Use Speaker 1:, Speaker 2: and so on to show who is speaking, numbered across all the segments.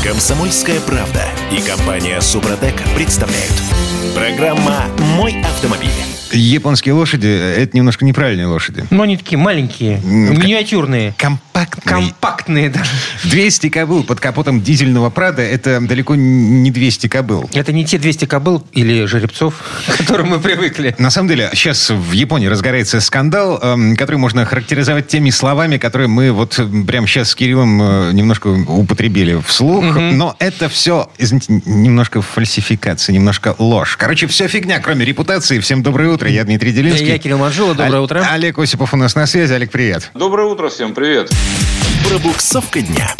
Speaker 1: Комсомольская правда и компания «Супротек» представляют. Программа «Мой автомобиль».
Speaker 2: Японские лошади – это немножко неправильные лошади.
Speaker 3: Но они такие маленькие, миниатюрные. Компактные даже.
Speaker 2: 200 кобыл под капотом дизельного Прада – это далеко не 200 кобыл.
Speaker 3: Это не те 200 кобыл или жеребцов, к которым мы привыкли.
Speaker 2: На самом деле, сейчас в Японии разгорается скандал, который можно характеризовать теми словами, которые мы вот прямо сейчас с Кириллом немножко употребили вслух. Но это все, извините, немножко фальсификация, немножко ложь. Короче, все фигня, кроме репутации. Всем доброе утро. Я Дмитрий Делинский.
Speaker 3: Я Кирилл Манжула. Доброе утро.
Speaker 2: Олег Осипов у нас на связи. Олег, привет.
Speaker 4: Доброе утро всем. Привет.
Speaker 1: Пробуксовка дня.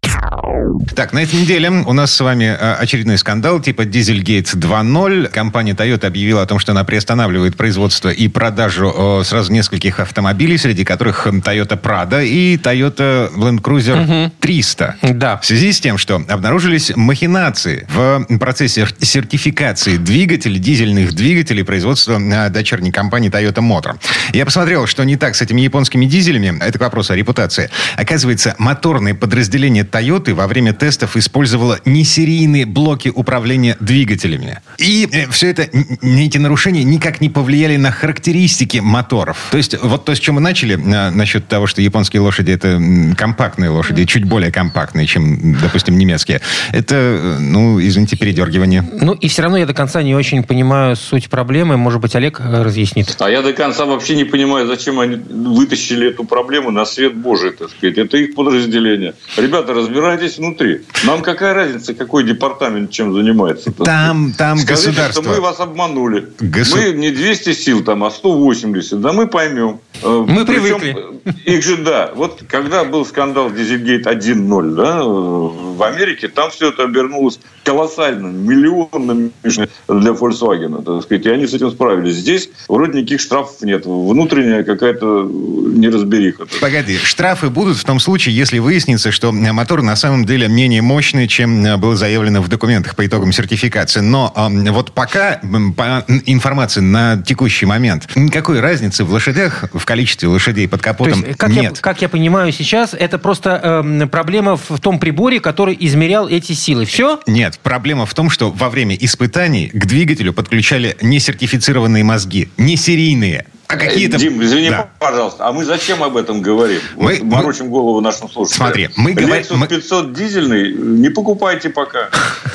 Speaker 2: Так, на этой неделе у нас с вами очередной скандал типа Dieselgate 2.0. Компания Toyota объявила о том, что она приостанавливает производство и продажу сразу нескольких автомобилей, среди которых Toyota Prado и Toyota Land Cruiser 300.
Speaker 3: Да.
Speaker 2: В связи с тем, что обнаружились махинации в процессе сертификации двигателей, дизельных двигателей производства дочерней компании Toyota Motor. Я посмотрел, что не так с этими японскими дизелями. Это к вопросу о репутации. Оказывается, моторные подразделения Toyota во время тестов использовало несерийные блоки управления двигателями. И все это, эти нарушения никак не повлияли на характеристики моторов. То есть, вот то, с чем мы начали, насчет того, что японские лошади — это компактные лошади, чуть более компактные, чем, допустим, немецкие. Это, извините, передергивание.
Speaker 3: И все равно я до конца не очень понимаю суть проблемы. Может быть, Олег разъяснит.
Speaker 4: А я до конца вообще не понимаю, зачем они вытащили эту проблему на свет Божий, так сказать. Это их подразделение. Ребята, разбирайтесь внутри. Нам какая разница, какой департамент чем занимается?
Speaker 2: Там
Speaker 4: скажите,
Speaker 2: государство.
Speaker 4: что мы вас обманули. Мы не 200 сил, а 180. Да мы поймем.
Speaker 3: Мы привыкли.
Speaker 4: Их же, да. Вот когда был скандал Dieselgate 1.0, да, в Америке, там все это обернулось колоссальным, миллионным для Volkswagen, так сказать, и они с этим справились. Здесь вроде никаких штрафов нет. Внутренняя какая-то неразбериха.
Speaker 2: Погоди, штрафы будут в том случае, если выяснится, что мотор на самом деле менее мощный, чем было заявлено в документах по итогам сертификации. Но вот пока, по информации на текущий момент, никакой разницы в лошадях, в количестве лошадей под капотом нет.
Speaker 3: Как я понимаю сейчас, это просто проблема в том приборе, который измерял эти силы. Все?
Speaker 2: Нет. Проблема в том, что во время испытаний к двигателю подключали несертифицированные мозги, не серийные. А какие-то...
Speaker 4: Дим, извини, пожалуйста, а мы зачем об этом говорим? Мы морочим голову нашим слушателям.
Speaker 2: Смотри, мы говорим...
Speaker 4: Lexus 500 дизельный не покупайте пока.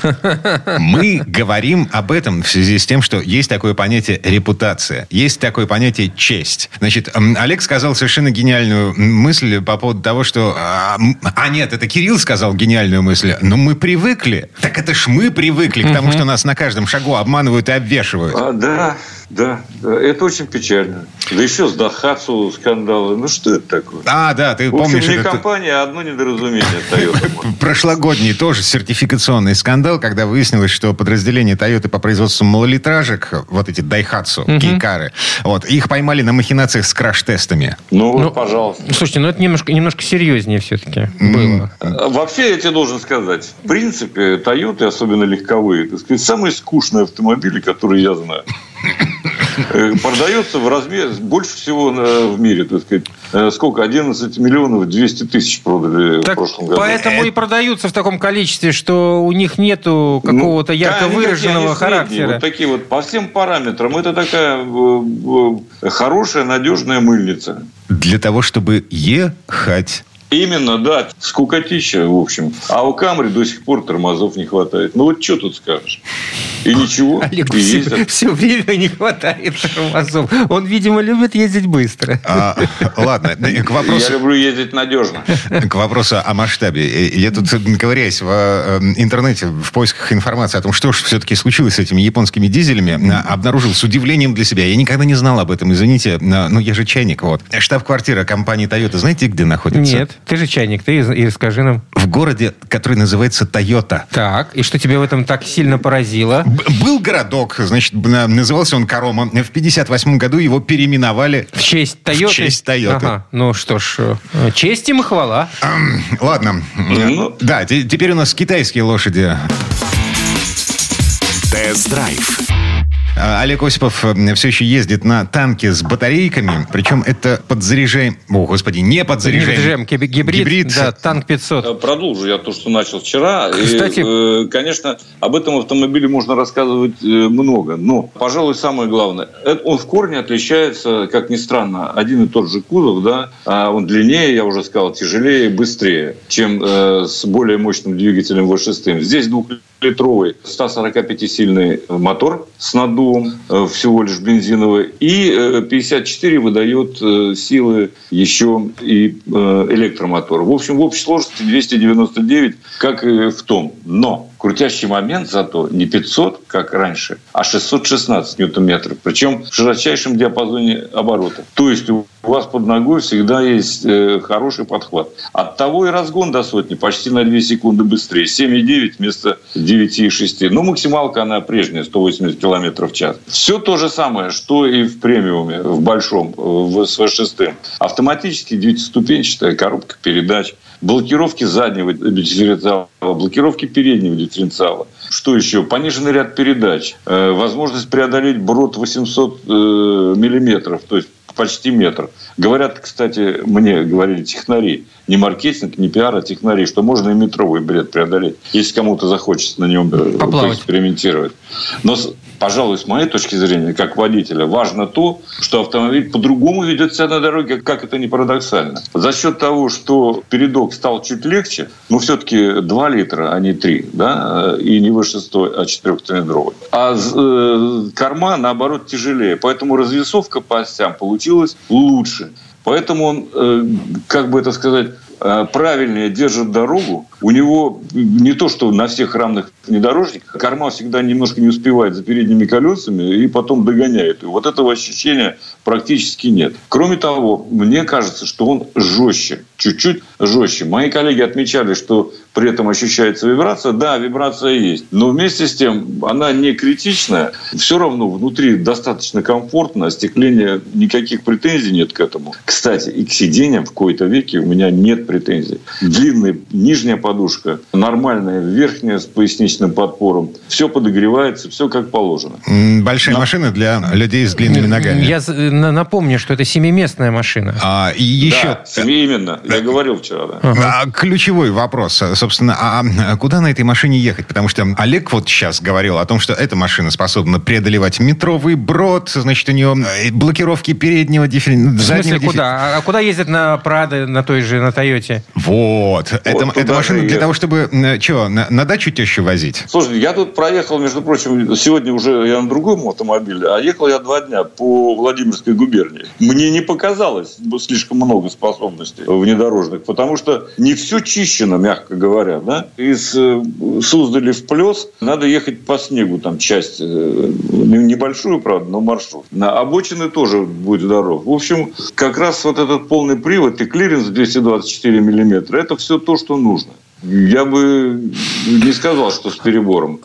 Speaker 2: Мы говорим об этом в связи с тем, что есть такое понятие репутация, есть такое понятие честь. Значит, Олег сказал совершенно гениальную мысль по поводу того, что... нет, это Кирилл сказал гениальную мысль. Но мы привыкли. Так это ж мы привыкли к тому, что нас на каждом шагу обманывают и обвешивают.
Speaker 4: Да, это очень печально. Да еще с Daihatsu скандалы. Что это такое?
Speaker 2: Ты помнишь...
Speaker 4: не компания, а одно недоразумение Toyota.
Speaker 2: Прошлогодний тоже сертификационный скандал, когда выяснилось, что подразделение Toyota по производству малолитражек, вот эти Daihatsu, кейкары, их поймали на махинациях с краш-тестами.
Speaker 4: Пожалуйста.
Speaker 3: Слушайте, это немножко серьезнее все-таки было.
Speaker 4: Вообще, я тебе должен сказать, в принципе, Toyota, особенно легковые, так сказать, самые скучные автомобили, которые я знаю. Продается в размере больше всего в мире, так сказать. Сколько? 11 миллионов 200 тысяч продали в прошлом году.
Speaker 3: Поэтому и продаются в таком количестве, что у них нету какого-то ярко выраженного характера.
Speaker 4: Вот такие вот по всем параметрам. Это такая хорошая, надежная мыльница.
Speaker 2: Для того, чтобы ехать.
Speaker 4: Именно, да. Скукотища, в общем. А у Камри до сих пор тормозов не хватает. Что тут скажешь? И ничего.
Speaker 3: Олегу все время не хватает тормозов. Он, видимо, любит ездить быстро.
Speaker 2: Ладно, к вопросу...
Speaker 4: Я люблю ездить надежно.
Speaker 2: К вопросу о масштабе. Я тут, ковыряясь в интернете, в поисках информации о том, что же все-таки случилось с этими японскими дизелями, обнаружил с удивлением для себя. Я никогда не знал об этом, извините. Но я же чайник. Штаб-квартира компании Toyota, знаете, где находится?
Speaker 3: Нет. Ты же чайник, ты и расскажи нам.
Speaker 2: В городе, который называется Тойота.
Speaker 3: Так, и что тебя в этом так сильно поразило?
Speaker 2: Был городок, значит, назывался он Карома. В 1958 году его переименовали...
Speaker 3: В честь Тойоты?
Speaker 2: В честь Тойоты.
Speaker 3: Ага, что ж, честь им и хвала.
Speaker 2: Ладно. Да, теперь у нас китайские лошади.
Speaker 1: Тест-драйв.
Speaker 2: Олег Осипов все еще ездит на танке с батарейками, причем это не подзаряжаем.
Speaker 3: Гибрид, да, танк 500.
Speaker 4: Продолжу я то, что начал вчера.
Speaker 3: Кстати,
Speaker 4: конечно, об этом автомобиле можно рассказывать много, но, пожалуй, самое главное, он в корне отличается, как ни странно, один и тот же кузов, да, он длиннее, я уже сказал, тяжелее, быстрее, чем с более мощным двигателем V6. Здесь двухлитровый 145-сильный мотор с наддувом, всего лишь бензиновый, и 54 выдает силы еще и электромотор. В общем, в общей сложности 299, как и в том. Но крутящий момент зато не 500, как раньше, а 616 ньютон-метров. Причем в широчайшем диапазоне оборота. То есть у вас под ногой всегда есть хороший подхват. Оттого и разгон до сотни почти на 2 секунды быстрее. 7,9 вместо 9,6. Но максималка она прежняя, 180 км в час. Все то же самое, что и в премиуме, в большом, с V6. Автоматически 9-ступенчатая коробка передач. Блокировки заднего дифференциала, блокировки переднего дифференциала. Что еще? Пониженный ряд передач. Возможность преодолеть брод 800 миллиметров, то есть почти метр. Говорят, кстати, мне говорили технари, не маркетинг, не пиар, а технари, что можно и метровый бред преодолеть, если кому-то захочется на нем поэкспериментировать. Но, пожалуй, с моей точки зрения, как водителя, важно то, что автомобиль по-другому ведет себя на дороге, как это ни парадоксально. За счет того, что передок стал чуть легче, но все-таки 2 литра, а не 3, да, и не V6, а 4-цилиндровый. А корма, наоборот, тяжелее. Поэтому развесовка по осям получилась лучше. Поэтому он, как бы это сказать, правильнее держит дорогу. У него не то, что на всех равных внедорожниках. Корма всегда немножко не успевает за передними колесами и потом догоняет. И вот этого ощущения практически нет. Кроме того, мне кажется, что он жестче. Чуть-чуть жестче. Мои коллеги отмечали, что при этом ощущается вибрация. Да, вибрация есть. Но вместе с тем она не критичная. Все равно внутри достаточно комфортно. Остекление, никаких претензий нет к этому. Кстати, и к сиденьям в кои-то веки у меня нет претензий. Длинная нижняя подушка, нормальная верхняя с поясничным подпором. Все подогревается, все как положено.
Speaker 2: Большая машина для людей с длинными ногами.
Speaker 3: Я напомню, что это 7-местная машина.
Speaker 2: И еще...
Speaker 4: Да, именно. Я говорил вчера. Да.
Speaker 2: Ключевой вопрос. Собственно, куда на этой машине ехать? Потому что Олег вот сейчас говорил о том, что эта машина способна преодолевать метровый брод. Значит, у нее блокировки переднего заднего.
Speaker 3: В смысле, куда? А куда ездят на Прадо, на той же, на Тойоте?
Speaker 2: Вот. Это машина для того, чтобы на дачу тещу возить?
Speaker 4: Слушай, я тут проехал, между прочим, сегодня уже я на другом автомобиле, а ехал я 2 дня по Владимирской губернии. Мне не показалось слишком много способностей внедорожных, потому что не все чищено, мягко говоря. Да? Из Суздаля в Плес надо ехать по снегу, там часть, небольшую, правда, но маршрут. На обочины тоже будет здоров. В общем, как раз вот этот полный привод и клиренс 224 миллиметра, это все то, что нужно. Я бы не сказал, что с перебором.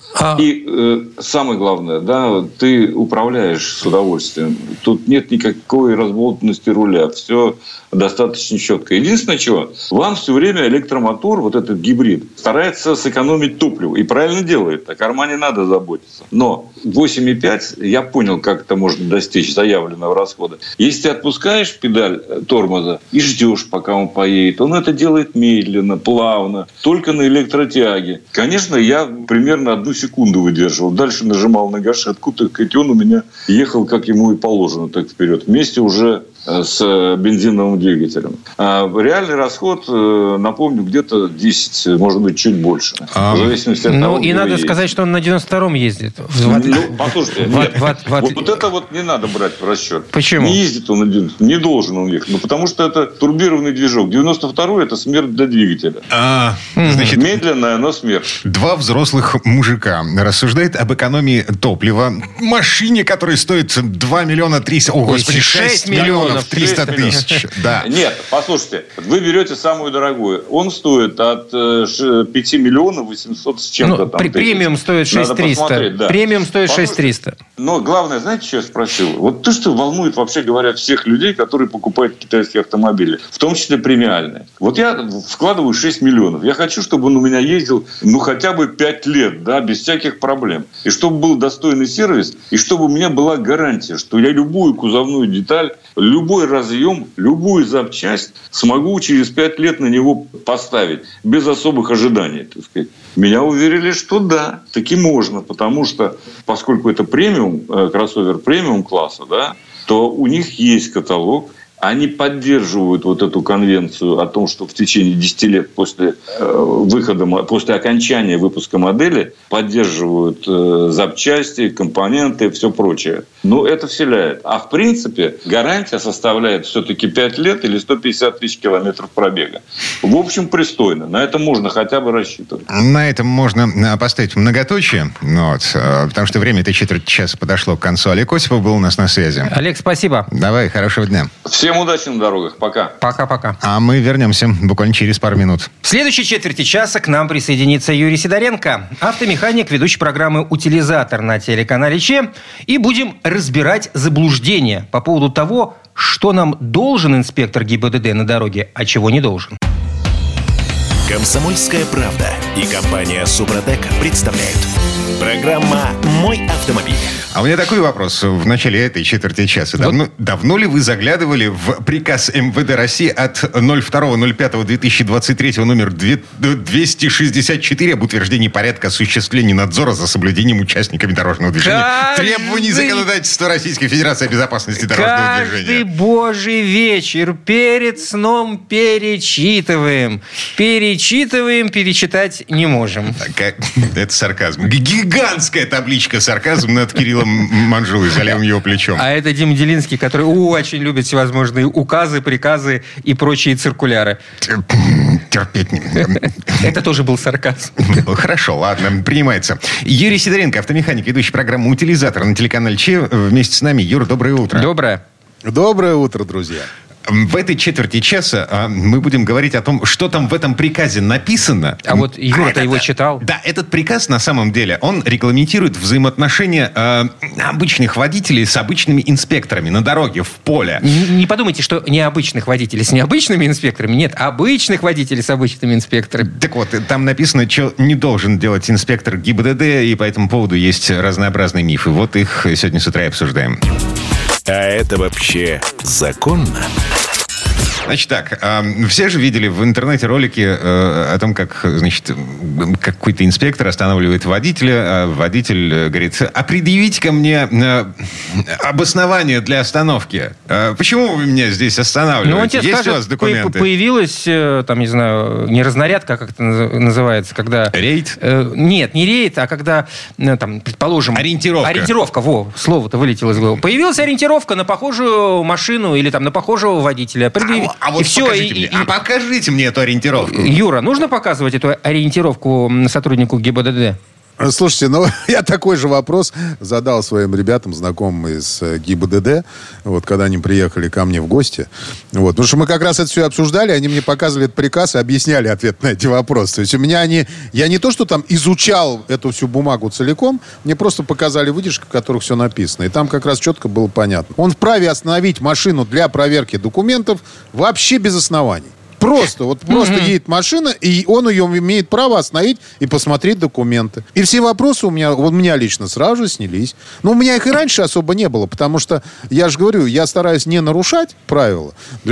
Speaker 4: И самое главное, да, ты управляешь с удовольствием. Тут нет никакой разболтанности руля. Все достаточно четко. Единственное, чего, вам все время электромотор, вот этот гибрид, старается сэкономить топливо. И правильно делает. О кармане надо заботиться. Но 8,5, я понял, как это можно достичь заявленного расхода. Если ты отпускаешь педаль тормоза и ждешь, пока он поедет, он это делает медленно, плавно, только на электротяге. Конечно, я примерно 1 секунду выдерживал. Дальше нажимал на гашетку, так и он у меня ехал, как ему и положено, так вперед. Вместе уже с бензиновым двигателем. Реальный расход, напомню, где-то 10, может быть, чуть больше. В зависимости от того,
Speaker 3: и надо сказать, что он на 92-м ездит.
Speaker 4: Послушайте, нет. Вот это вот не надо брать в расчет.
Speaker 3: Почему?
Speaker 4: Не ездит он на 92-м. Не должен он ехать. Потому что это турбированный движок. 92-й – это смерть для двигателя.
Speaker 2: Значит,
Speaker 4: медленная, но смерть.
Speaker 2: 2 взрослых мужика рассуждают об экономии топлива. Машине, которая стоит 2 миллиона 300... О, господи, 6 миллионов
Speaker 3: миллионов.
Speaker 2: 300 тысяч, да.
Speaker 4: Нет, послушайте, вы берете самую дорогую. Он стоит от 5 миллионов 800 с чем-то там.
Speaker 3: Премиум стоит 6300. Да. Премиум стоит 6300.
Speaker 4: Но главное, знаете, что я спросил? Вот то, что волнует, вообще говоря, всех людей, которые покупают китайские автомобили, в том числе премиальные. Вот я вкладываю 6 миллионов. Я хочу, чтобы он у меня ездил, хотя бы 5 лет, да, без всяких проблем. И чтобы был достойный сервис, и чтобы у меня была гарантия, что я любую кузовную деталь, любой разъем, любую запчасть смогу через 5 лет на него поставить, без особых ожиданий, так сказать. Меня уверили, что да, таки можно, потому что, поскольку это премиум, кроссовер премиум класса, да, то у них есть каталог. Они поддерживают вот эту конвенцию о том, что в течение 10 лет после после окончания выпуска модели поддерживают запчасти, компоненты, все прочее. Но это вселяет. А в принципе гарантия составляет все-таки 5 лет или 150 тысяч километров пробега. В общем, пристойно. На это можно хотя бы рассчитывать.
Speaker 2: На этом можно поставить многоточие. Потому что время этой четверти часа подошло к концу. Олег Осипов был у нас на связи.
Speaker 3: Олег, спасибо.
Speaker 2: Давай, хорошего дня.
Speaker 4: Всем удачи на дорогах. Пока.
Speaker 3: Пока-пока.
Speaker 2: А мы вернемся буквально через пару минут.
Speaker 3: В следующей четверти часа к нам присоединится Юрий Сидоренко, автомеханик, ведущий программы «Утилизатор» на телеканале ЧЕ. И будем разбирать заблуждения по поводу того, что нам должен инспектор ГИБДД на дороге, а чего не должен.
Speaker 1: «Комсомольская правда» и компания «Супротек» представляют. Программа «Мой автомобиль».
Speaker 2: А у меня такой вопрос в начале этой четверти часа. Давно ли вы заглядывали в приказ МВД России от 02.05.2023 номер 264 об утверждении порядка осуществления надзора за соблюдением участниками дорожного движения требований законодательства Российской Федерации о безопасности дорожного движения?
Speaker 3: Каждый божий вечер перед сном перечитываем. Перечитать не можем.
Speaker 2: Это сарказм. Гигантская табличка сарказм над Кириллом Манжулой, за левым его плечом.
Speaker 3: А это Дима Делинский, который очень любит всевозможные указы, приказы и прочие циркуляры.
Speaker 2: Терпеть не...
Speaker 3: Это тоже был сарказм.
Speaker 2: Хорошо, ладно, принимается. Юрий Сидоренко, автомеханик, ведущий программу «Утилизатор» на телеканале ЧЕ. Вместе с нами. Юр, доброе утро.
Speaker 3: Доброе.
Speaker 5: Доброе утро, друзья.
Speaker 2: В этой четверти часа мы будем говорить о том, что там в этом приказе написано.
Speaker 3: А вот Юра-то его читал.
Speaker 2: Да, этот приказ, на самом деле, он регламентирует взаимоотношения обычных водителей с обычными инспекторами на дороге, в поле.
Speaker 3: Не подумайте, что необычных водителей с необычными инспекторами. Нет, обычных водителей с обычными инспекторами.
Speaker 2: Так вот, там написано, что не должен делать инспектор ГИБДД, и по этому поводу есть разнообразные мифы. Вот их сегодня с утра и обсуждаем.
Speaker 1: А это вообще законно?
Speaker 2: Значит так, все же видели в интернете ролики о том, как, значит, какой-то инспектор останавливает водителя, а водитель говорит: а предъявите-ка мне обоснование для остановки. Почему вы меня здесь останавливаете?
Speaker 3: Ну, он тебе
Speaker 2: Есть
Speaker 3: скажет,
Speaker 2: у вас документы?
Speaker 3: Появилась, там, не знаю, не разнарядка, как это называется, когда...
Speaker 2: Рейд?
Speaker 3: Нет, не рейд, а когда, там, предположим...
Speaker 2: Ориентировка.
Speaker 3: Ориентировка, слово-то вылетело из головы. Появилась ориентировка на похожую машину или там на похожего водителя.
Speaker 2: А вот покажите мне эту ориентировку.
Speaker 3: Юра, нужно показывать эту ориентировку сотруднику ГИБДД?
Speaker 5: Слушайте, я такой же вопрос задал своим ребятам, знакомым из ГИБДД, когда они приехали ко мне в гости. Потому что мы как раз это все обсуждали, они мне показывали этот приказ и объясняли ответ на эти вопросы. То есть у меня я не то, что там изучал эту всю бумагу целиком, мне просто показали выдержки, в которых все написано. И там как раз четко было понятно. Он вправе остановить машину для проверки документов вообще без оснований. Просто едет машина, и он ее имеет право остановить и посмотреть документы. И все вопросы у меня лично сразу же снялись. Но у меня их и раньше особо не было, потому что, я же говорю, я стараюсь не нарушать правила.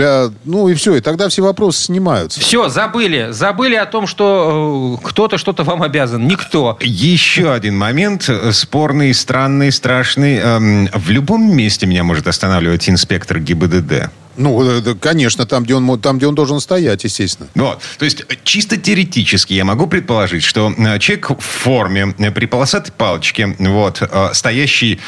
Speaker 5: И все, и тогда все вопросы снимаются.
Speaker 3: Все, забыли о том, что кто-то что-то вам обязан. Никто.
Speaker 2: Еще один момент, спорный, странный, страшный. В любом месте меня может останавливать инспектор ГИБДД.
Speaker 5: Конечно, там, где он должен стоять, естественно.
Speaker 2: То есть, чисто теоретически я могу предположить, что человек в форме, при полосатой палочке, стоящий,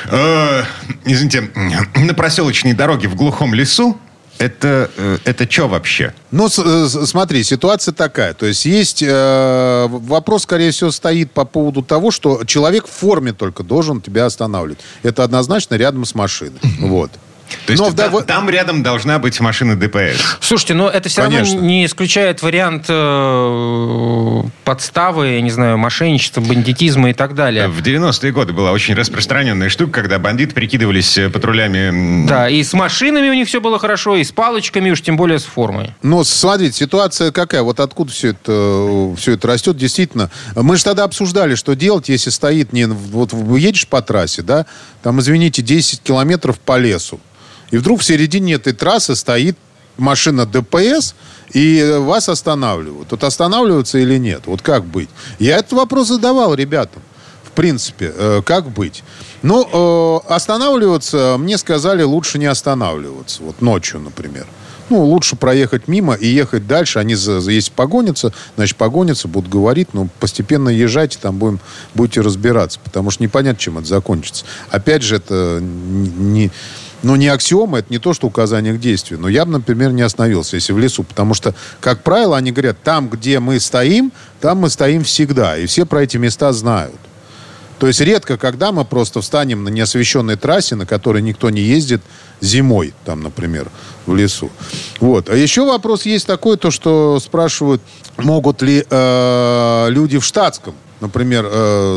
Speaker 2: извините, на проселочной дороге в глухом лесу, это что вообще?
Speaker 5: Смотри, ситуация такая. То есть вопрос, скорее всего, стоит по поводу того, что человек в форме только должен тебя останавливать. Это однозначно рядом с машиной.
Speaker 2: То есть там рядом должна быть машина ДПС.
Speaker 3: Слушайте, но это все равно не исключает вариант подставы, я не знаю, мошенничества, бандитизма и так далее.
Speaker 2: В 90-е годы была очень распространенная штука, когда бандиты прикидывались патрулями.
Speaker 3: Да, и с машинами у них все было хорошо, и с палочками, уж тем более с формой.
Speaker 5: Ну, смотрите, ситуация какая? Вот откуда все это растет? Действительно, мы же тогда обсуждали, что делать, если стоит... Вот едешь по трассе, да, там, извините, 10 километров по лесу. И вдруг в середине этой трассы стоит машина ДПС, и вас останавливают. Вот останавливаться или нет? Вот как быть? Я этот вопрос задавал ребятам. В принципе, как быть? Ну, останавливаться, мне сказали, лучше не останавливаться. Вот ночью, например. Ну, лучше проехать мимо и ехать дальше. Они, если погонятся, значит, погонятся, будут говорить, ну, постепенно езжайте, там будете разбираться. Потому что непонятно, чем это закончится. Опять же, это не аксиома, это не то, что указание к действию. Но я бы, например, не остановился, если в лесу. Потому что, как правило, они говорят, там, где мы стоим, там мы стоим всегда. И все про эти места знают. То есть редко, когда мы просто встанем на неосвещенной трассе, на которой никто не ездит зимой, там, например, в лесу. Вот. А еще вопрос есть такой, то, что спрашивают, могут ли люди в штатском, например, на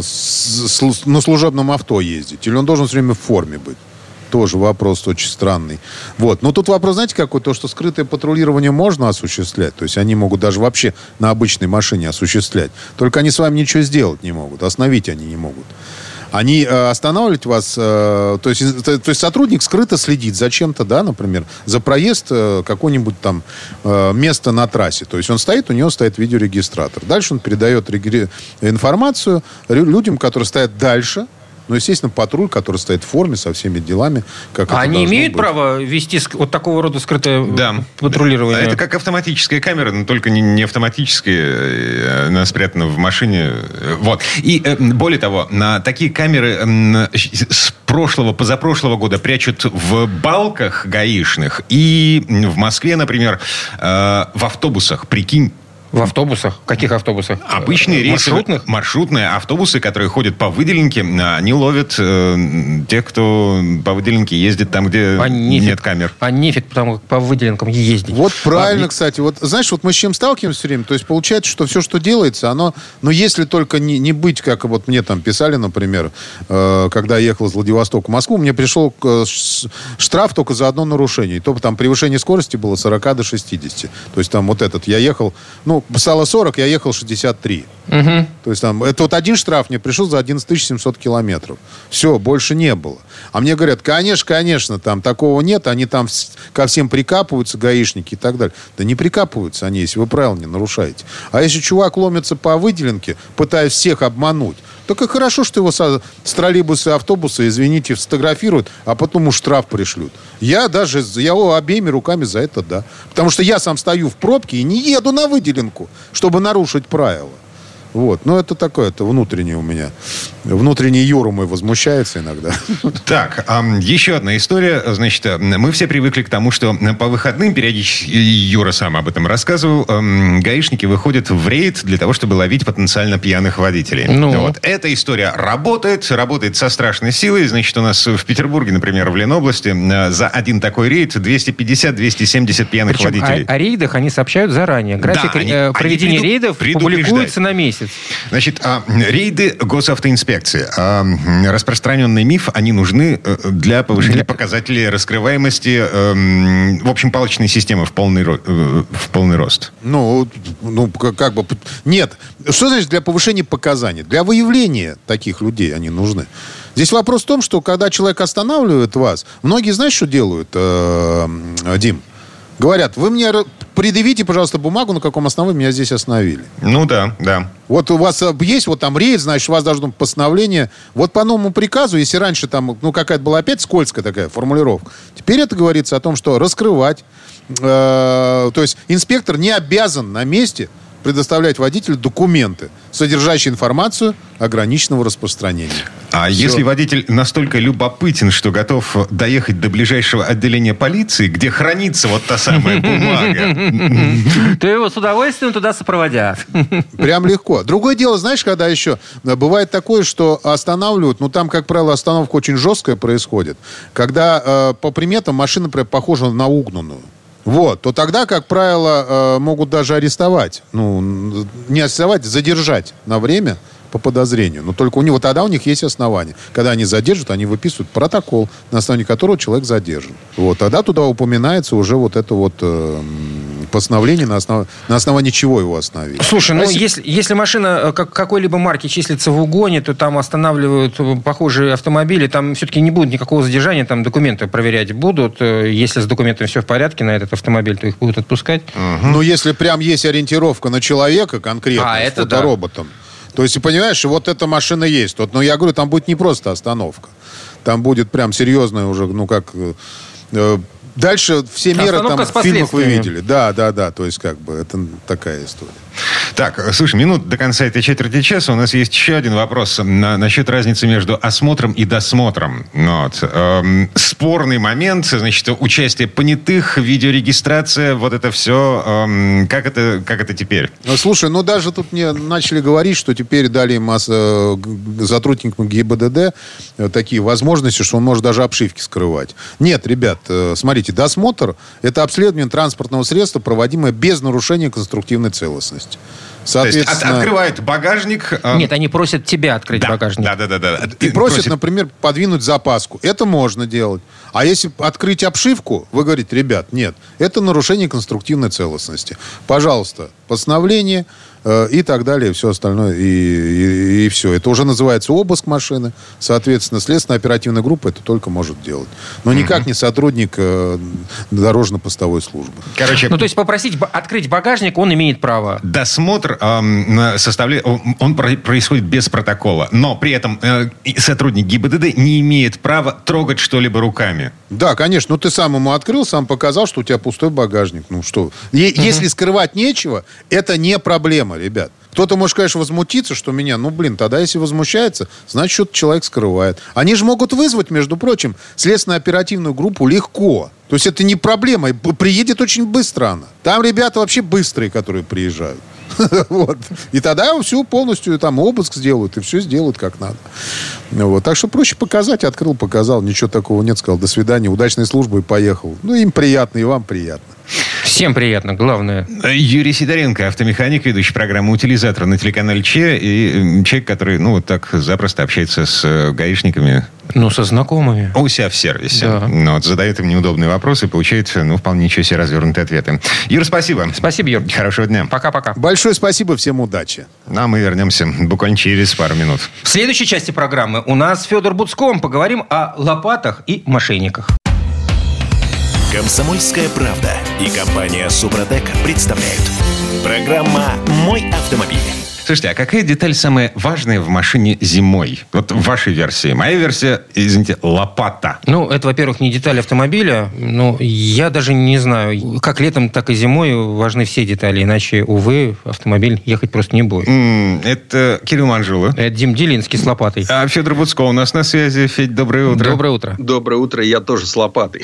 Speaker 5: служебном авто ездить, или он должен все время в форме быть. Тоже вопрос очень странный. Вот. Но тут вопрос, знаете, какой? То, что скрытое патрулирование можно осуществлять. То есть они могут даже вообще на обычной машине осуществлять. Только они с вами ничего сделать не могут. Остановить они не могут. Они останавливать вас... То есть сотрудник скрыто следит за чем-то, да, например, за проезд какое-нибудь там место на трассе. То есть он стоит, у него стоит видеорегистратор. Дальше он передает информацию людям, которые стоят дальше. Ну, естественно, патруль, который стоит в форме со всеми делами, как это
Speaker 3: они имеют быть. Право вести вот такого рода скрытое патрулирование?
Speaker 2: Это как автоматическая камера, но только не автоматическая, она спрятана в машине. Вот. И более того, такие камеры с прошлого, позапрошлого года прячут в балках гаишных и в Москве, например, в автобусах. Прикинь.
Speaker 3: В автобусах? В каких автобусах?
Speaker 2: Обычные рейсы. Маршрутные автобусы, которые ходят по выделенке, они ловят тех, кто по выделенке ездит там, где нет камер.
Speaker 3: А нефиг потому по выделенкам ездить.
Speaker 5: Вот правильно, кстати. Вот, знаешь, вот мы с чем сталкиваемся все время, то есть получается, что все, что делается, оно... Но если только не быть, как вот мне там писали, например, когда я ехал из Владивостока в Москву, мне пришел штраф только за одно нарушение. И то там превышение скорости было 40 до 60. То есть там вот этот, я ехал... стало 40, я ехал 63. Угу. То есть там, это вот один штраф мне пришел за 11 700 километров. Все, больше не было. А мне говорят, конечно, там такого нет, они там ко всем прикапываются, гаишники и так далее. Да не прикапываются они, если вы правила не нарушаете. А если чувак ломится по выделенке, пытаясь всех обмануть, так и хорошо, что его с троллейбуса и автобуса, извините, сфотографируют, а потом ему штраф пришлют. Я обеими руками за это, да. Потому что я сам стою в пробке и не еду на выделенку, чтобы нарушить правила. Вот. Но это такое, это внутреннее у меня. Внутренний Юра мой возмущается иногда.
Speaker 2: Так, еще одна история. Значит, мы все привыкли к тому, что по выходным, периодически, Юра сам об этом рассказывал, гаишники выходят в рейд для того, чтобы ловить потенциально пьяных водителей. Вот. Эта история работает со страшной силой. Значит, у нас в Петербурге, например, в Ленобласти, за один такой рейд 250-270 пьяных водителей.
Speaker 3: О рейдах они сообщают заранее. График проведения рейдов публикуется на месяц.
Speaker 2: Значит, рейды госавтоинспекции. Распространенный миф, они нужны для повышения показателей раскрываемости, в общем, палочной системы в полный рост.
Speaker 5: Как бы... Нет. Что значит для повышения показаний? Для выявления таких людей они нужны. Здесь вопрос в том, что когда человек останавливает вас, многие, знаешь, что делают, Дим? Говорят, вы мне предъявите, пожалуйста, бумагу, на каком основании меня здесь остановили.
Speaker 2: Ну да.
Speaker 5: Вот у вас есть вот там рейд, значит, у вас должно быть постановление. Вот по новому приказу, если раньше там, какая-то была опять скользкая такая формулировка, теперь это говорится о том, что раскрывать. То есть инспектор не обязан на месте предоставлять водителю документы, содержащие информацию ограниченного распространения.
Speaker 2: А
Speaker 5: Все.
Speaker 2: если водитель настолько любопытен, что готов доехать до ближайшего отделения полиции, где хранится вот та самая бумага,
Speaker 3: То его с удовольствием туда сопроводят.
Speaker 5: Прям легко. Другое дело, знаешь, когда еще бывает такое, что останавливают, там, как правило, остановка очень жесткая происходит, когда по приметам машина похожа на угнанную. Вот, то тогда, как правило, могут даже арестовать. Не арестовать, задержать на время по подозрению. Но только тогда у них есть основания. Когда они задержат, они выписывают протокол, на основании которого человек задержан. Вот, тогда туда упоминается уже вот это вот постановление, на основании чего его остановили.
Speaker 3: Слушай, если машина какой-либо марки числится в угоне, то там останавливают похожие автомобили, там все-таки не будет никакого задержания, там документы проверять будут. Если с документами все в порядке на этот автомобиль, то их будут отпускать.
Speaker 5: Но если прям есть ориентировка на человека конкретно, с фотороботом, то есть, понимаешь, вот эта машина есть. Но я говорю, там будет не просто остановка. Там будет прям серьезная уже, дальше все меры там в фильмах вы видели. Да. То есть, это такая история.
Speaker 2: Так, слушай, минут до конца этой четверти часа у нас есть еще один вопрос насчет разницы между осмотром и досмотром. Спорный момент, значит, участие понятых, видеорегистрация, вот это все. Как это теперь?
Speaker 5: Слушай, даже тут мне начали говорить, что теперь дали им сотрудникам ГИБДД такие возможности, что он может даже обшивки скрывать. Нет, ребят, смотрите, досмотр – это обследование транспортного средства, проводимое без нарушения конструктивной целостности. Соответственно...
Speaker 2: То есть открывают багажник...
Speaker 3: Нет, они просят тебя открыть багажник.
Speaker 2: Да.
Speaker 5: И просят, например, подвинуть запаску. Это можно делать. А если открыть обшивку, вы говорите, ребят, нет, это нарушение конструктивной целостности. Пожалуйста, постановление и так далее, и все остальное. И все. Это уже называется обыск машины. Соответственно, следственная оперативная группа это только может делать. Но никак не сотрудник дорожно-постовой службы.
Speaker 2: Короче,
Speaker 3: то есть попросить открыть багажник он имеет право.
Speaker 2: Досмотр он происходит без протокола. Но при этом сотрудник ГИБДД не имеет права трогать что-либо руками.
Speaker 5: Да, конечно. Ты сам ему открыл, сам показал, что у тебя пустой багажник. Если скрывать нечего, это не проблема, ребят. Кто-то может, конечно, возмутиться, что меня, тогда если возмущается, значит, что-то человек скрывает. Они же могут вызвать, между прочим, следственно-оперативную группу легко. То есть это не проблема. Приедет очень быстро она. Там ребята вообще быстрые, которые приезжают. Вот. И тогда все полностью обыск сделают, и все сделают как надо. Так что проще показать. Открыл, показал. Ничего такого нет. Сказал, до свидания, удачной службы и поехал. Им приятно, и вам приятно.
Speaker 3: Всем приятно, главное.
Speaker 2: Юрий Сидоренко, автомеханик, ведущий программы «Утилизатор» на телеканале Че. И человек, который, так запросто общается с гаишниками.
Speaker 3: Со знакомыми.
Speaker 2: У себя в сервисе.
Speaker 3: Да.
Speaker 2: Задает им неудобные вопросы и получает, вполне ничего себе развернутые ответы. Юр, спасибо.
Speaker 3: Спасибо, Юр.
Speaker 2: Хорошего дня.
Speaker 3: Пока-пока.
Speaker 5: Большое спасибо, всем удачи.
Speaker 2: А мы вернемся буквально через пару минут.
Speaker 3: В следующей части программы у нас Федор Буцко. Поговорим о лопатах и мошенниках.
Speaker 1: «Комсомольская правда» и компания «Супротек» представляют. Программа «Мой автомобиль».
Speaker 2: Слушайте, а какая деталь самая важная в машине зимой? Вот в вашей версии. Моя версия, извините, лопата.
Speaker 3: Это, во-первых, не деталь автомобиля. Я даже не знаю, как летом, так и зимой важны все детали. Иначе, увы, автомобиль ехать просто не будет.
Speaker 2: Это Кирилл Манжула.
Speaker 3: Это Дим Делинский с лопатой.
Speaker 2: А Федор Буцко у нас на связи. Федь, доброе утро.
Speaker 3: Доброе утро.
Speaker 6: Доброе утро, я тоже с лопатой.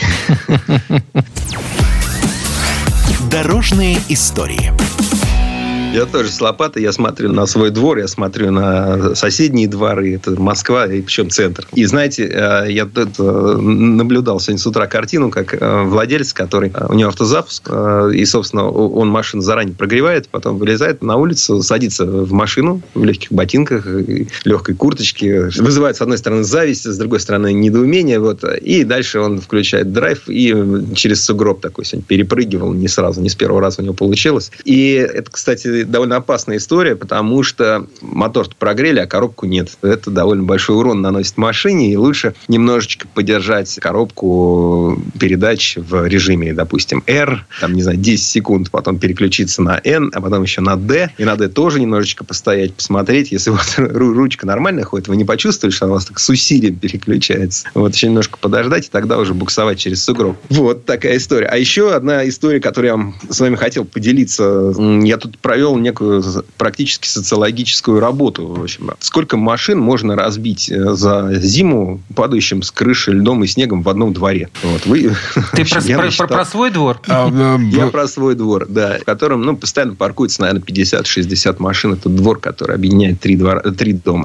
Speaker 1: Дорожные истории.
Speaker 6: Я тоже с лопатой, я смотрю на свой двор, я смотрю на соседние дворы, это Москва, и причем центр. И знаете, я тут наблюдал сегодня с утра картину, как владелец, который, у него автозапуск, и, собственно, он машину заранее прогревает, потом вылезает на улицу, садится в машину в легких ботинках, легкой курточке, вызывает, с одной стороны, зависть, с другой стороны, недоумение, и дальше он включает драйв и через сугроб такой сегодня перепрыгивал, не сразу, не с первого раза у него получилось. И это, кстати, довольно опасная история, потому что мотор-то прогрели, а коробку нет. Это довольно большой урон наносит машине, и лучше немножечко подержать коробку передач в режиме, допустим, R, 10 секунд, потом переключиться на N, а потом еще на D, и на D тоже немножечко постоять, посмотреть. Если вот ручка нормально ходит, вы не почувствовали, что она у вас так с усилием переключается. Еще немножко подождать, и тогда уже буксовать через сугроб. Вот такая история. А еще одна история, которую я с вами хотел поделиться. Я тут провел провел некую практически социологическую работу. В общем, сколько машин можно разбить за зиму падающим с крыши льдом и снегом в одном дворе? Вот.
Speaker 3: Ты про свой двор?
Speaker 6: Я про свой двор, да. В котором постоянно паркуется, наверное, 50-60 машин. Это двор, который объединяет 3 дома.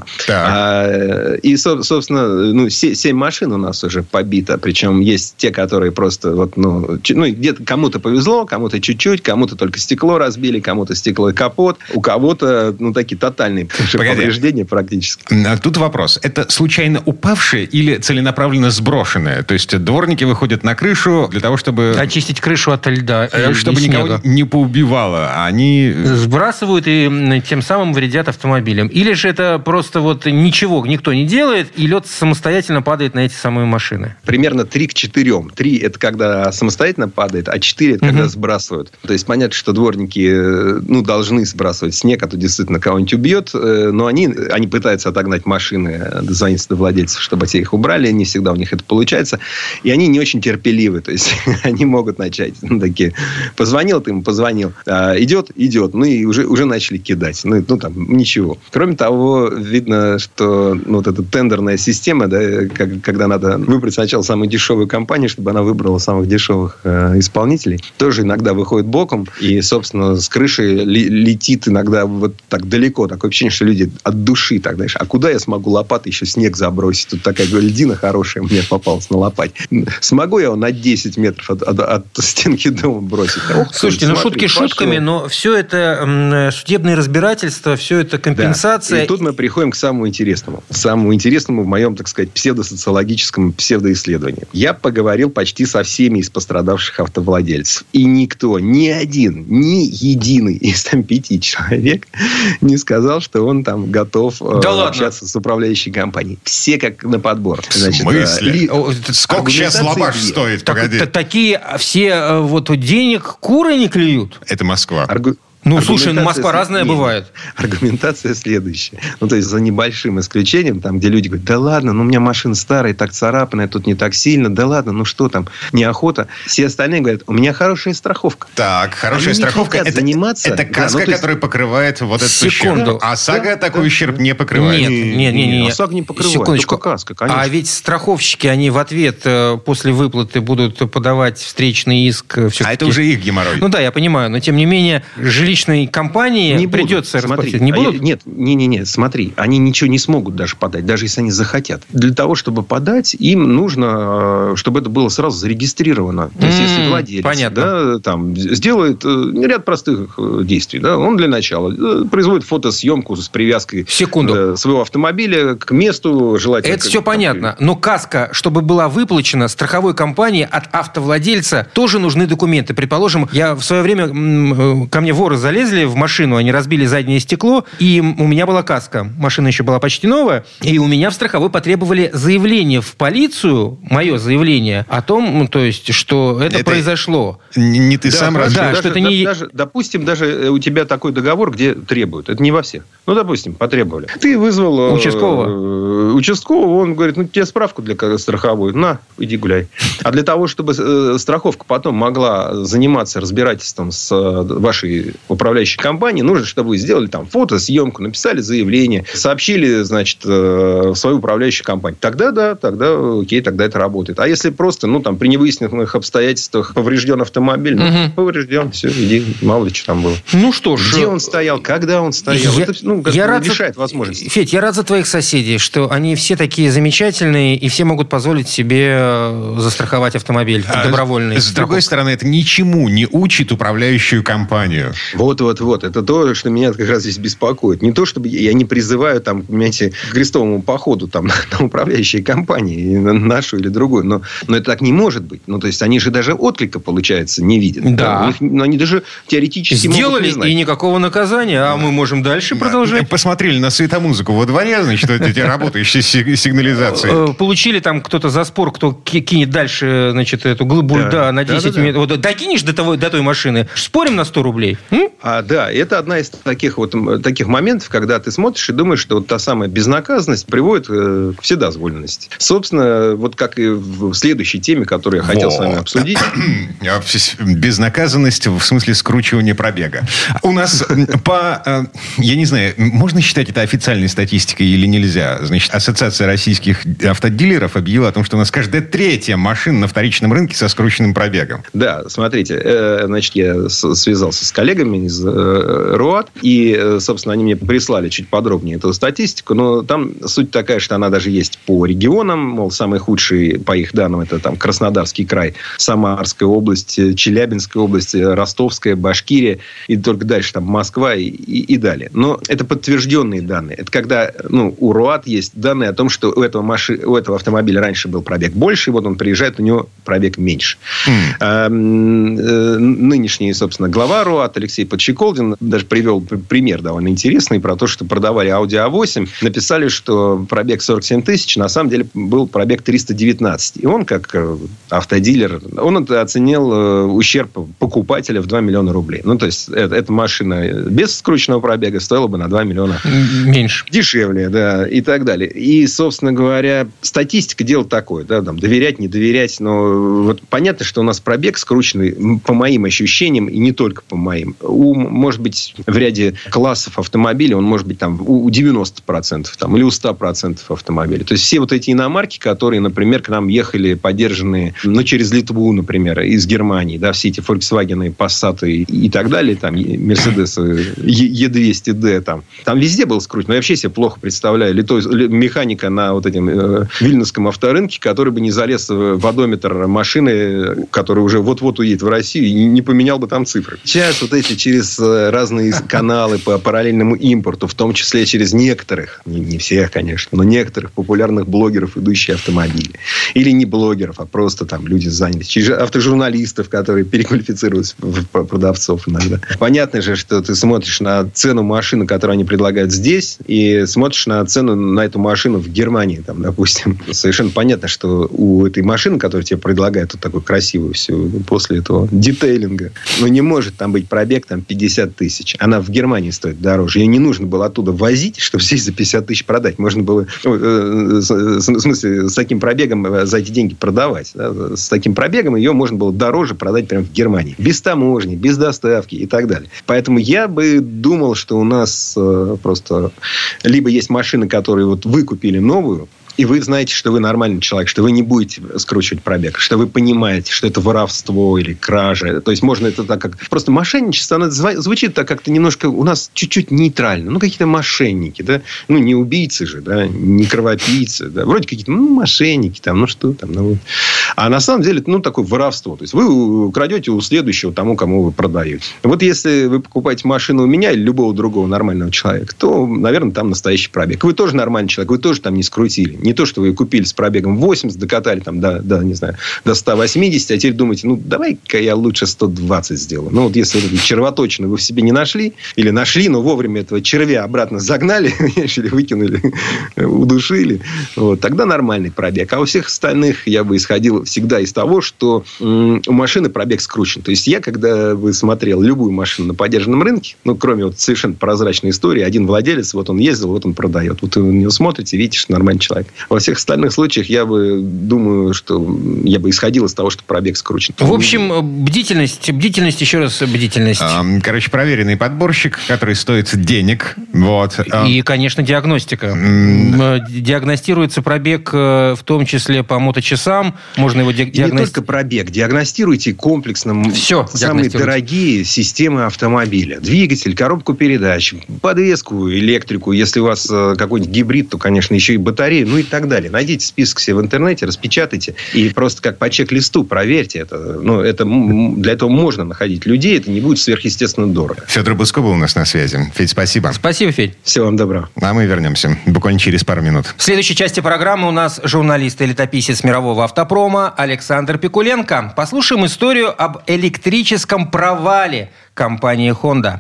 Speaker 6: И, собственно, 7 машин у нас уже побито. Причем есть те, которые просто где-то кому-то повезло, кому-то чуть-чуть, кому-то только стекло разбили, кому-то стекло и капот, у кого-то такие тотальные повреждения практически.
Speaker 2: Тут вопрос. Это случайно упавшее или целенаправленно сброшенное? То есть дворники выходят на крышу для того, чтобы...
Speaker 3: Очистить крышу от льда.
Speaker 2: Чтобы никого не поубивало. Они...
Speaker 3: Сбрасывают и тем самым вредят автомобилям. Или же это просто ничего никто не делает, и лед самостоятельно падает на эти самые машины?
Speaker 6: Примерно 3 к 4. 3 – это когда самостоятельно падает, а 4 – это когда сбрасывают. То есть, понятно, что дворники должны сбрасывать снег, а то действительно кого-нибудь убьет. Но они пытаются отогнать машины, дозвониться до владельцев, чтобы те их убрали. Не всегда у них это получается. И они не очень терпеливы. То есть, они могут начать такие... Позвонил ты ему, позвонил. Идет. И уже начали кидать. Ничего. Кроме того, видно, что эта тендерная система, да, когда надо выбрать сначала самую дешевую компанию, чтобы она выбрала самых дешевых исполнителей, тоже иногда выходит боком. И, собственно, с крыши летит иногда так далеко. Такое ощущение, что люди от души так, знаешь, а куда я смогу лопатой еще снег забросить? Тут такая льдина хорошая мне попалась на лопать. Смогу я его на 10 метров от стенки дома бросить?
Speaker 3: Слушайте, шутки шутками, но все это судебные разбирательства, все это компенсация.
Speaker 6: Да. И тут мы приходим к самому интересному. Самому интересному в моем, так сказать, псевдосоциологическом псевдоисследовании. Я поговорил почти со всеми из пострадавших автовладельцев. И никто, ни единый из 5 человек не сказал, что он там готов общаться с управляющей компанией. Все как на подбор.
Speaker 2: Значит, в смысле? Сколько сейчас лаваш стоит? Погоди.
Speaker 3: Такие все денег куры не клюют.
Speaker 2: Это Москва.
Speaker 3: Слушай, Москва разная бывает.
Speaker 6: Аргументация следующая. То есть, за небольшим исключением, там, где люди говорят, да ладно, у меня машина старая, так царапанная, тут не так сильно, да ладно, что там, неохота. Все остальные говорят, у меня хорошая страховка.
Speaker 2: Так, хорошая страховка, это каска, которая покрывает этот ущерб. А САГА такой ущерб не покрывает.
Speaker 3: Нет.
Speaker 6: САГА не покрывает,
Speaker 3: секундочку.
Speaker 6: только каска, конечно.
Speaker 3: А ведь страховщики, они в ответ после выплаты будут подавать встречный иск.
Speaker 2: А это уже их геморрой.
Speaker 3: Я понимаю, но тем не менее, жилищные компании придется расплатить. Не будут?
Speaker 6: Нет, смотри. Они ничего не смогут даже подать, даже если они захотят. Для того, чтобы подать, им нужно, чтобы это было сразу зарегистрировано. То есть, если владелец сделает ряд простых действий. Да, он для начала производит фотосъемку с привязкой своего автомобиля к месту желательно.
Speaker 3: Это все понятно. Но каска, чтобы была выплачена страховой компании от автовладельца, тоже нужны документы. Предположим, в свое время ко мне воры залезли в машину, они разбили заднее стекло, и у меня была каска. Машина еще была почти новая, и у меня в страховой потребовали заявление в полицию, мое заявление о том, что это произошло.
Speaker 2: Не ты сам разбил.
Speaker 6: Допустим, даже у тебя такой договор, где требуют. Это не во всех. Допустим, потребовали. Ты вызвал участкового, он говорит, тебе справку для страховой. На, иди гуляй. А для того, чтобы страховка потом могла заниматься разбирательством с вашей управляющей компании, нужно, чтобы вы сделали фотосъемку, написали заявление, сообщили, в свою управляющую компанию. Тогда окей, тогда это работает. А если просто, при невыясненных обстоятельствах поврежден автомобиль, поврежден, все, иди, мало ли что там было.
Speaker 3: Что ж.
Speaker 6: Где он стоял, когда он стоял, это решает возможности.
Speaker 3: Федь, я рад за твоих соседей, что они все такие замечательные, и все могут позволить себе застраховать автомобиль добровольно.
Speaker 2: С другой стороны, это ничему не учит управляющую компанию.
Speaker 6: Вот. Это то, что меня как раз здесь беспокоит. Не то, чтобы я не призываю, понимаете, к крестовому походу на управляющие компании, нашу или другую. Но это так не может быть. То есть, они же даже отклика, получается, не видят.
Speaker 3: Да.
Speaker 6: Они даже теоретически
Speaker 3: сделали,
Speaker 6: могут не знать.
Speaker 3: И никакого наказания. А мы можем дальше продолжать.
Speaker 2: Посмотрели на светомузыку во дворе, эти работающие сигнализации.
Speaker 3: Получили кто-то за спор, кто кинет дальше, эту глыбу льда на 10 метров. Докинешь до той машины, спорим на 100 рублей?
Speaker 6: Да, это одна из таких моментов, когда ты смотришь и думаешь, что вот та самая безнаказанность приводит к вседозволенности. Собственно, вот как и в следующей теме, которую я хотел с вами обсудить.
Speaker 2: Безнаказанность в смысле скручивания пробега. У нас я не знаю, можно считать это официальной статистикой или нельзя? Значит, Ассоциация российских автодилеров объявила о том, что у нас каждая третья машина на вторичном рынке со скрученным пробегом.
Speaker 6: Да, смотрите, значит, я связался с коллегами из РУАТ, и, собственно, они мне прислали чуть подробнее эту статистику, но там суть такая, что она даже есть по регионам, мол, самый худший, по их данным, это там Краснодарский край, Самарская область, Челябинская область, Ростовская, Башкирия, и только дальше там Москва и далее. Но это подтвержденные данные. Это когда у РУАТ есть данные о том, что у этого автомобиля раньше был пробег больше, и вот он приезжает, у него пробег меньше. Нынешний, собственно, глава РУАТ Алексей Подщеколдин даже привел пример довольно интересный про то, что продавали Audi A8, написали, что пробег 47 тысяч, на самом деле был пробег 319. И он, как автодилер, он оценил ущерб покупателя в 2 миллиона рублей. Ну, то есть, эта машина без скрученного пробега стоила бы на 2 миллиона
Speaker 3: меньше.
Speaker 6: Дешевле, да, и так далее. И, собственно говоря, статистика дело такое, да, там, доверять, не доверять, но вот понятно, что у нас пробег скрученный, по моим ощущениям, и не только по моим. Может быть, в ряде классов автомобилей он может быть там у 90% там, или у 100% автомобилей. То есть, все вот эти иномарки, которые, например, к нам ехали подержанные, через Литву, например, из Германии, да, все эти Volkswagen, Passat и так далее, там, Mercedes E200D, там везде был скручен. Но я вообще себе плохо представляю механика на вот этом вильнюсском авторынке, который бы не залез в одометр машины, которая уже вот-вот уедет в Россию, и не поменял бы там цифры. Сейчас вот эти через разные каналы по параллельному импорту, в том числе через некоторых, не всех, конечно, но некоторых популярных блогеров, идущие автомобили. Или не блогеров, а просто там люди заняты. Через автожурналистов, которые переквалифицируются в продавцов иногда. Понятно же, что ты смотришь на цену машины, которую они предлагают здесь, и смотришь на цену на эту машину в Германии, там, допустим. Совершенно понятно, что у этой машины, которую тебе предлагают, вот такую красивую всю, после этого детейлинга, не может там быть пробег там 50 тысяч. Она в Германии стоит дороже. Ее не нужно было оттуда возить, чтобы здесь за 50 тысяч продать. Можно было, в смысле, с таким пробегом за эти деньги продавать. Да? С таким пробегом ее можно было дороже продать прямо в Германии. Без таможни, без доставки и так далее. Поэтому я бы думал, что у нас просто либо есть машины, которые вот вы купили новую, и вы знаете, что вы нормальный человек, что вы не будете скручивать пробег, что вы понимаете, что это воровство или кража. То есть, можно это так как... Просто мошенничество, оно звучит так как-то немножко у нас чуть-чуть нейтрально. Какие-то мошенники, да? Не убийцы же, да? Не кровопийцы, да? Вроде какие-то, мошенники, там, что там, А на самом деле, это, такое воровство. То есть, вы крадете у следующего тому, кому вы продаете. Вот если вы покупаете машину у меня или любого другого нормального человека, то, наверное, там настоящий пробег. Вы тоже нормальный человек, вы тоже там не скрутили. Не то, что вы купили с пробегом 80, докатали там не знаю, до 180, а теперь думаете, давай-ка я лучше 120 сделаю. Вот если червоточину вы в себе не нашли, или нашли, но вовремя этого червя обратно загнали, или выкинули, удушили, тогда нормальный пробег. А у всех остальных я бы исходил всегда из того, что у машины пробег скручен. То есть, я, когда бы смотрел любую машину на подержанном рынке, кроме совершенно прозрачной истории, один владелец, вот он ездил, вот он продает. Вот вы на него смотрите, видите, что нормальный человек. Во всех остальных случаях я бы думаю, что я бы исходил из того, что пробег скручен.
Speaker 3: В общем, бдительность, еще раз бдительность.
Speaker 2: Проверенный подборщик, который стоит денег.
Speaker 3: И, конечно, диагностика. Диагностируется пробег, в том числе по моточасам. Можно его диагностировать.
Speaker 6: Не только пробег. Диагностируйте комплексно
Speaker 3: все
Speaker 6: самые дорогие системы автомобиля. Двигатель, коробку передач, подвеску, электрику. Если у вас какой-нибудь гибрид, то, конечно, еще и батарею. И так далее. Найдите список себе в интернете, распечатайте и просто как по чек-листу проверьте это. Для этого можно находить людей, это не будет сверхъестественно дорого.
Speaker 2: Федор Буско был у нас на связи. Федь, спасибо.
Speaker 3: Спасибо, Федь.
Speaker 6: Всего вам доброго.
Speaker 2: А мы вернемся буквально через пару минут.
Speaker 3: В следующей части программы у нас журналист и летописец мирового автопрома Александр Пикуленко. Послушаем историю об электрическом провале компании Honda.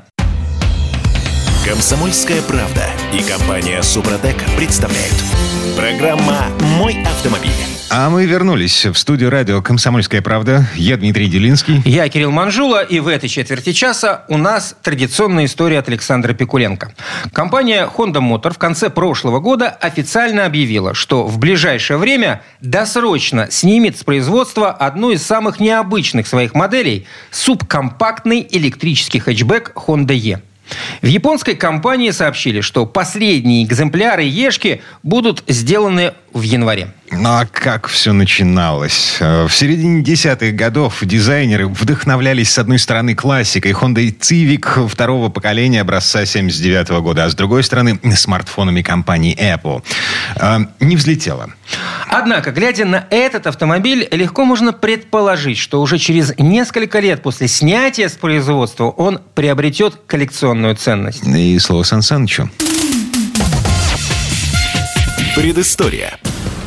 Speaker 1: «Комсомольская правда» и компания «Супротек» представляют. Программа «Мой автомобиль».
Speaker 2: А мы вернулись в студию радио «Комсомольская правда». Я Дмитрий Делинский.
Speaker 3: Я Кирилл Манжула. И в этой четверти часа у нас традиционная история от Александра Пикуленко. Компания Honda Motor в конце прошлого года официально объявила, что в ближайшее время досрочно снимет с производства одну из самых необычных своих моделей – субкомпактный электрический хэтчбэк Honda E. В японской компании сообщили, что последние экземпляры Ешки будут сделаны в январе.
Speaker 2: Ну а как все начиналось? В середине 10-х годов дизайнеры вдохновлялись, с одной стороны, классикой Honda Civic второго поколения образца 79 года, а с другой стороны, смартфонами компании Apple. Не взлетело.
Speaker 3: Однако, глядя на этот автомобиль, легко можно предположить, что уже через несколько лет после снятия с производства он приобретет коллекционную ценность.
Speaker 2: И слово Сан Санычу.
Speaker 1: Предыстория.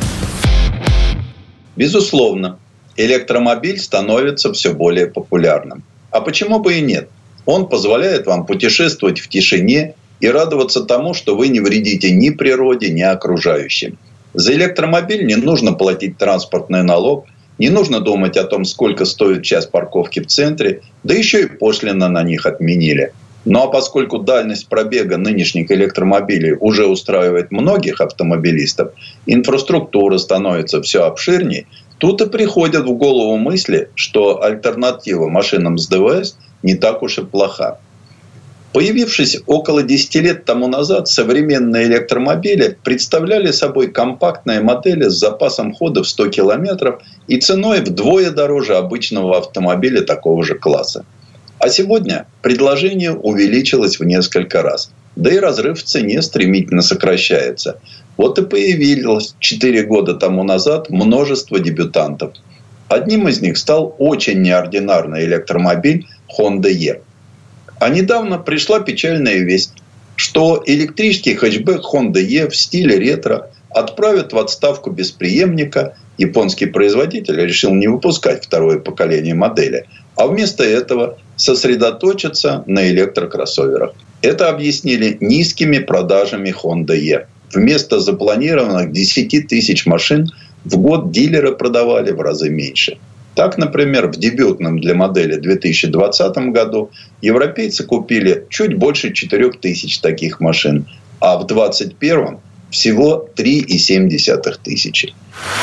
Speaker 7: Безусловно, электромобиль становится все более популярным. А почему бы и нет? Он позволяет вам путешествовать в тишине и радоваться тому, что вы не вредите ни природе, ни окружающим. За электромобиль не нужно платить транспортный налог, не нужно думать о том, сколько стоит час парковки в центре, да еще и пошлина на них отменили. Ну а поскольку дальность пробега нынешних электромобилей уже устраивает многих автомобилистов, инфраструктура становится все обширнее, тут и приходят в голову мысли, что альтернатива машинам с ДВС не так уж и плоха. Появившись около 10 лет тому назад, современные электромобили представляли собой компактные модели с запасом хода в 100 километров и ценой вдвое дороже обычного автомобиля такого же класса. А сегодня предложение увеличилось в несколько раз. Да и разрыв в цене стремительно сокращается. Вот и появилось 4 года тому назад множество дебютантов. Одним из них стал очень неординарный электромобиль Honda E. А недавно пришла печальная весть, что электрический хэтчбэк Honda E в стиле ретро отправят в отставку без преемника. Японский производитель решил не выпускать второе поколение модели, а вместо этого сосредоточиться на электрокроссоверах. Это объяснили низкими продажами Honda E. Вместо запланированных 10 тысяч машин в год дилеры продавали в разы меньше. Так, например, в дебютном для модели 2020 году европейцы купили чуть больше 4 тысяч таких машин, а в 2021 всего 3,7 тысячи.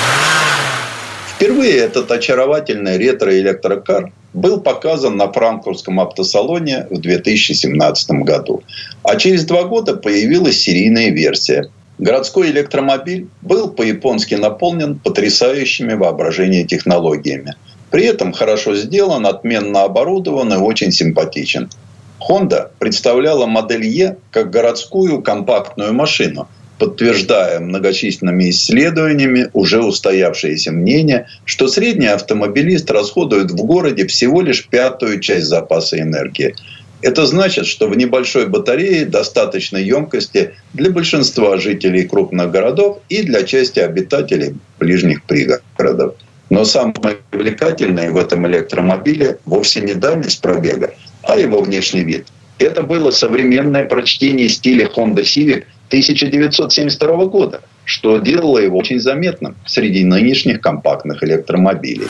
Speaker 7: Впервые этот очаровательный ретро-электрокар был показан на франкфуртском автосалоне в 2017 году. А через 2 года появилась серийная версия. Городской электромобиль был по-японски наполнен потрясающими воображение технологиями. При этом хорошо сделан, отменно оборудован и очень симпатичен. Honda представляла модель E как городскую компактную машину, подтверждая многочисленными исследованиями уже устоявшееся мнение, что средний автомобилист расходует в городе всего лишь 1/5 часть запаса энергии. Это значит, что в небольшой батарее достаточно емкости для большинства жителей крупных городов и для части обитателей ближних пригородов. Но самое привлекательное в этом электромобиле вовсе не дальность пробега, а его внешний вид. Это было современное прочтение стиля Honda Civic 1972 года, что делало его очень заметным среди нынешних компактных электромобилей.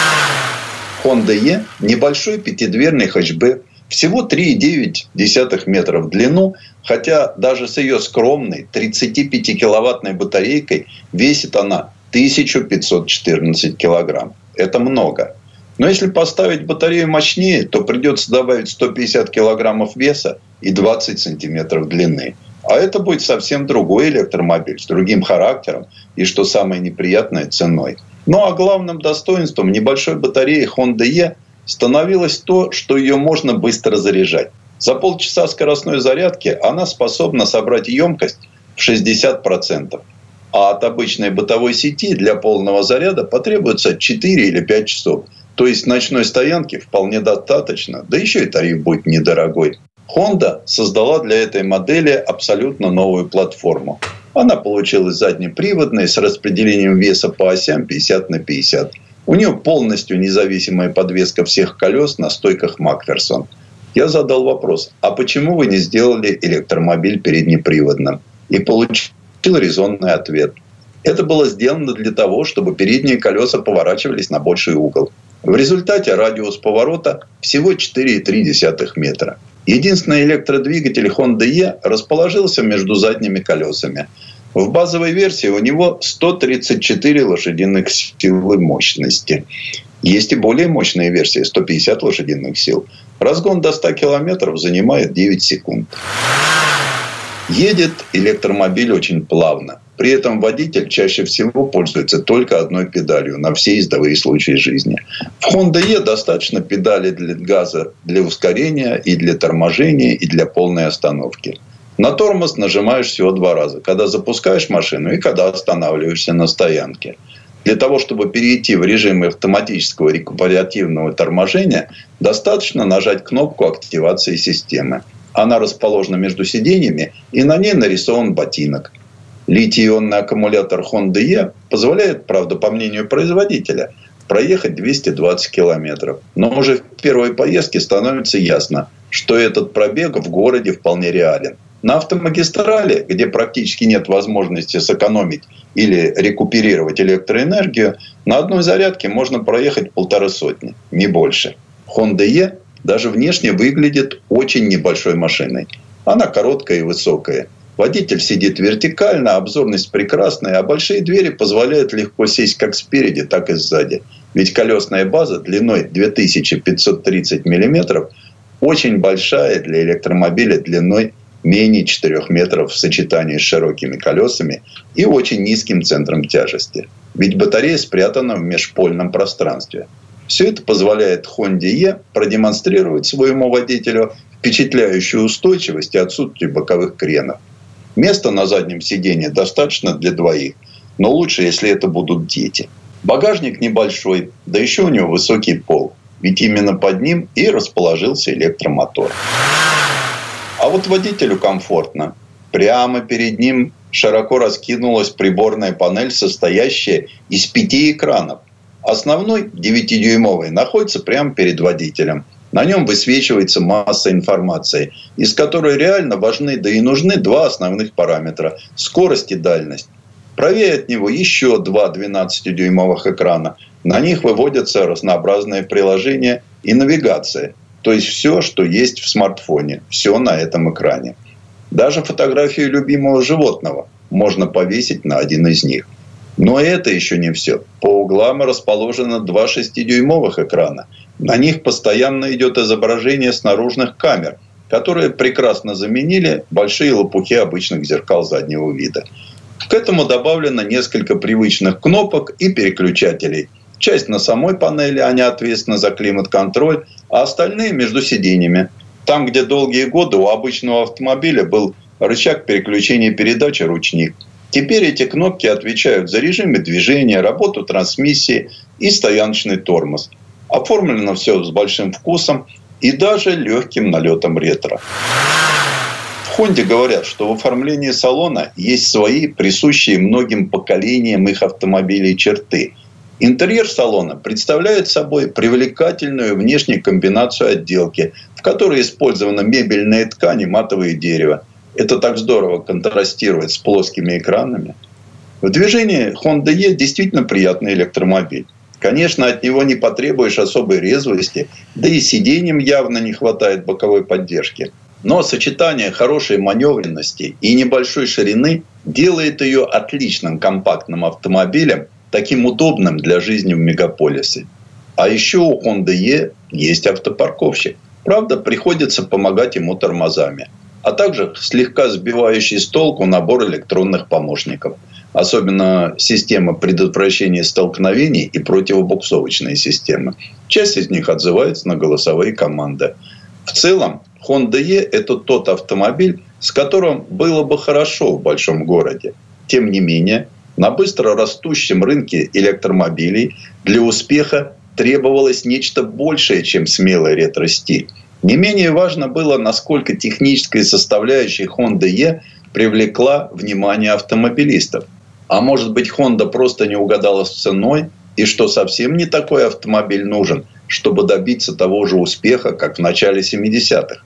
Speaker 7: Honda E – небольшой пятидверный хэтчбэк, всего 3,9 метра в длину, хотя даже с ее скромной 35-киловаттной батарейкой весит она 1514 килограмм. Это много. Но если поставить батарею мощнее, то придется добавить 150 килограммов веса и 20 сантиметров длины. А это будет совсем другой электромобиль с другим характером и, что самое неприятное, ценой. Ну а главным достоинством небольшой батареи Honda E становилось то, что ее можно быстро заряжать. За полчаса скоростной зарядки она способна собрать емкость в 60%. А от обычной бытовой сети для полного заряда потребуется 4 или 5 часов. То есть ночной стоянки вполне достаточно, да еще и тариф будет недорогой. Honda создала для этой модели абсолютно новую платформу. Она получилась заднеприводной с распределением веса по осям 50/50. У нее полностью независимая подвеска всех колес на стойках Макферсон. Я задал вопрос, а почему вы не сделали электромобиль переднеприводным? И получил резонный ответ. Это было сделано для того, чтобы передние колеса поворачивались на больший угол. В результате радиус поворота всего 4,3 метра. Единственный электродвигатель Honda E расположился между задними колесами. В базовой версии у него 134 лошадиных силы мощности. Есть и более мощные версии, 150 лошадиных сил. Разгон до 100 километров занимает 9 секунд. Едет электромобиль очень плавно. При этом водитель чаще всего пользуется только одной педалью на все ездовые случаи жизни. В Honda E достаточно педали для газа для ускорения, и для торможения, и для полной остановки. На тормоз нажимаешь всего 2 раза. Когда запускаешь машину и когда останавливаешься на стоянке. Для того, чтобы перейти в режим автоматического рекуперативного торможения, достаточно нажать кнопку активации системы. Она расположена между сиденьями, и на ней нарисован ботинок. Литий-ионный аккумулятор Honda E позволяет, правда, по мнению производителя, проехать 220 километров. Но уже в первой поездке становится ясно, что этот пробег в городе вполне реален. На автомагистрали, где практически нет возможности сэкономить или рекуперировать электроэнергию, на одной зарядке можно проехать 150, не больше. Honda E даже внешне выглядит очень небольшой машиной. Она короткая и высокая. Водитель сидит вертикально, обзорность прекрасная, а большие двери позволяют легко сесть как спереди, так и сзади. Ведь колесная база длиной 2530 мм очень большая для электромобиля длиной менее 4 метров в сочетании с широкими колесами и очень низким центром тяжести. Ведь батарея спрятана в межпольном пространстве. Все это позволяет Honda E продемонстрировать своему водителю впечатляющую устойчивость и отсутствие боковых кренов. Места на заднем сиденье достаточно для 2, но лучше, если это будут дети. Багажник небольшой, да еще у него высокий пол, ведь именно под ним и расположился электромотор. А вот водителю комфортно. Прямо перед ним широко раскинулась приборная панель, состоящая из 5 экранов. Основной, 9-дюймовый, находится прямо перед водителем. На нем высвечивается масса информации, из которой реально важны, да и нужны 2 основных параметра – скорость и дальность. Правее от него еще 2 12-дюймовых экрана. На них выводятся разнообразные приложения и навигация. То есть все, что есть в смартфоне. Все на этом экране. Даже фотографию любимого животного можно повесить на один из них. Но это еще не все. По углам расположено 2 6-дюймовых экрана. На них постоянно идет изображение с наружных камер, которые прекрасно заменили большие лопухи обычных зеркал заднего вида. К этому добавлено несколько привычных кнопок и переключателей. Часть на самой панели, они ответственны за климат-контроль, а остальные между сиденьями. Там, где долгие годы у обычного автомобиля был рычаг переключения передач и ручник. Теперь эти кнопки отвечают за режимы движения, работу трансмиссии и стояночный тормоз. Оформлено все с большим вкусом и даже легким налетом ретро. В Honda говорят, что в оформлении салона есть свои присущие многим поколениям их автомобилей черты. Интерьер салона представляет собой привлекательную внешнюю комбинацию отделки, в которой использована мебельная ткань и матовое дерево. Это так здорово контрастирует с плоскими экранами. В движении Honda E действительно приятный электромобиль. Конечно, от него не потребуешь особой резвости, да и сиденьям явно не хватает боковой поддержки. Но сочетание хорошей маневренности и небольшой ширины делает ее отличным компактным автомобилем, таким удобным для жизни в мегаполисе. А еще у Honda E есть автопарковщик. Правда, приходится помогать ему тормозами. А также слегка сбивающий с толку набор электронных помощников. Особенно система предотвращения столкновений и противобуксовочные системы. Часть из них отзывается на голосовые команды. В целом, Honda E – это тот автомобиль, с которым было бы хорошо в большом городе. Тем не менее, на быстро растущем рынке электромобилей для успеха требовалось нечто большее, чем смелый ретро-стиль. Не менее важно было, насколько техническая составляющая Honda E привлекла внимание автомобилистов. А может быть, Honda просто не угадала с ценой, и что совсем не такой автомобиль нужен, чтобы добиться того же успеха, как в начале 70-х.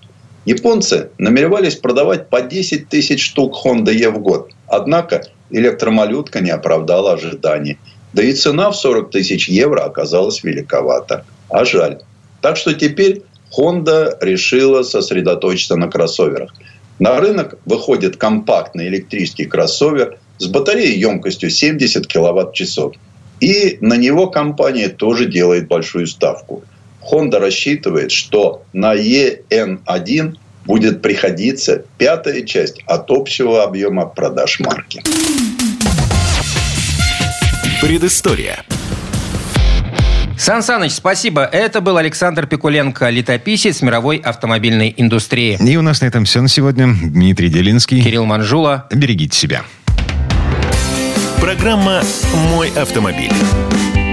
Speaker 7: Японцы намеревались продавать по 10 тысяч штук Honda E в год. Однако электромалютка не оправдала ожиданий. Да и цена в 40 тысяч евро оказалась великовата. А жаль. Так что теперь Honda решила сосредоточиться на кроссоверах. На рынок выходит компактный электрический кроссовер с батареей емкостью 70 киловатт-часов. И на него компания тоже делает большую ставку. Honda рассчитывает, что на EN1 будет приходиться 5-я часть от общего объема продаж марки.
Speaker 1: Предыстория.
Speaker 3: Сан Саныч, спасибо. Это был Александр Пикуленко, летописец мировой автомобильной индустрии.
Speaker 2: И у нас на этом все на сегодня. Дмитрий Делинский.
Speaker 3: Кирилл Манжула.
Speaker 2: Берегите себя.
Speaker 1: Программа «Мой автомобиль».